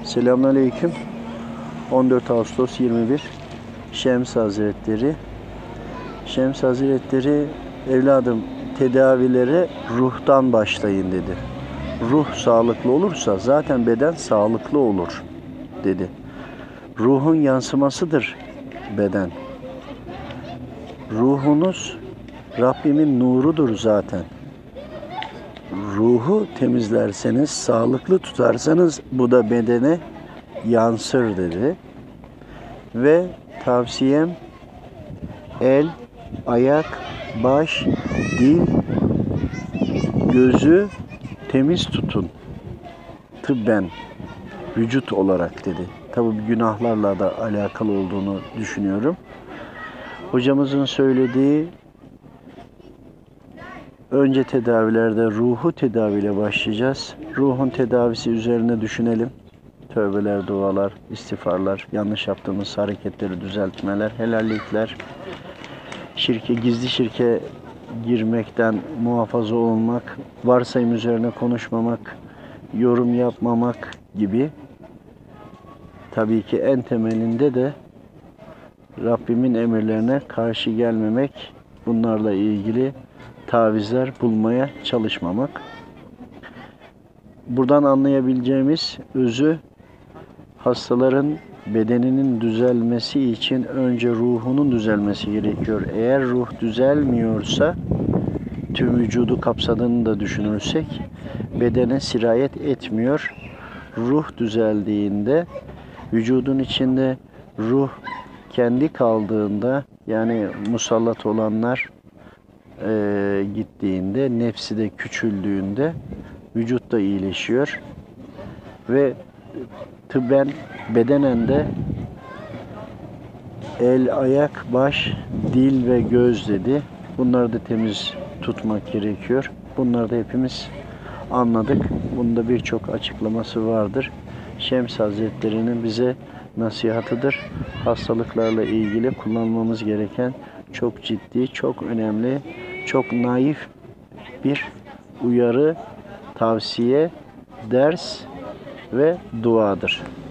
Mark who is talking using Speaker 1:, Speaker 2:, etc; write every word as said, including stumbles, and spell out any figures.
Speaker 1: Selamünaleyküm. on dört Ağustos yirmi bir Şems Hazretleri. Şems Hazretleri, evladım tedavilere ruhtan başlayın dedi. Ruh sağlıklı olursa zaten beden sağlıklı olur dedi. Ruhun yansımasıdır beden. Ruhunuz Rabbimin nurudur zaten. Ruhu temizlerseniz, sağlıklı tutarsanız bu da bedene yansır dedi. Ve tavsiyem el, ayak, baş, dil, gözü temiz tutun. Tıbben, vücut olarak dedi. Tabii günahlarla da alakalı olduğunu düşünüyorum. Hocamızın söylediği önce tedavilerde ruhu tedaviyle başlayacağız. Ruhun tedavisi üzerine düşünelim. Tövbeler, dualar, istiğfarlar, yanlış yaptığımız hareketleri düzeltmeler, helallikler, şirke, gizli şirke girmekten muhafaza olmak, varsayım üzerine konuşmamak, yorum yapmamak gibi. Tabii ki en temelinde de Rabbimin emirlerine karşı gelmemek, bunlarla ilgili tavizler bulmaya çalışmamak. Buradan anlayabileceğimiz özü, hastaların bedeninin düzelmesi için önce ruhunun düzelmesi gerekiyor. Eğer ruh düzelmiyorsa, tüm vücudu kapsadığını da düşünürsek, bedene sirayet etmiyor. Ruh düzeldiğinde, vücudun içinde ruh kendi kaldığında, yani musallat olanlar e, gittiğinde, nefsi de küçüldüğünde, vücut da iyileşiyor. Ve tıbben, bedenen de el, ayak, baş, dil ve göz dedi. Bunları da temiz tutmak gerekiyor. Bunları da hepimiz anladık. Bunda birçok açıklaması vardır. Şems Hazretleri'nin bize nasihatıdır. Hastalıklarla ilgili kullanmamız gereken çok ciddi, çok önemli, çok naif bir uyarı, tavsiye, ders ve duadır.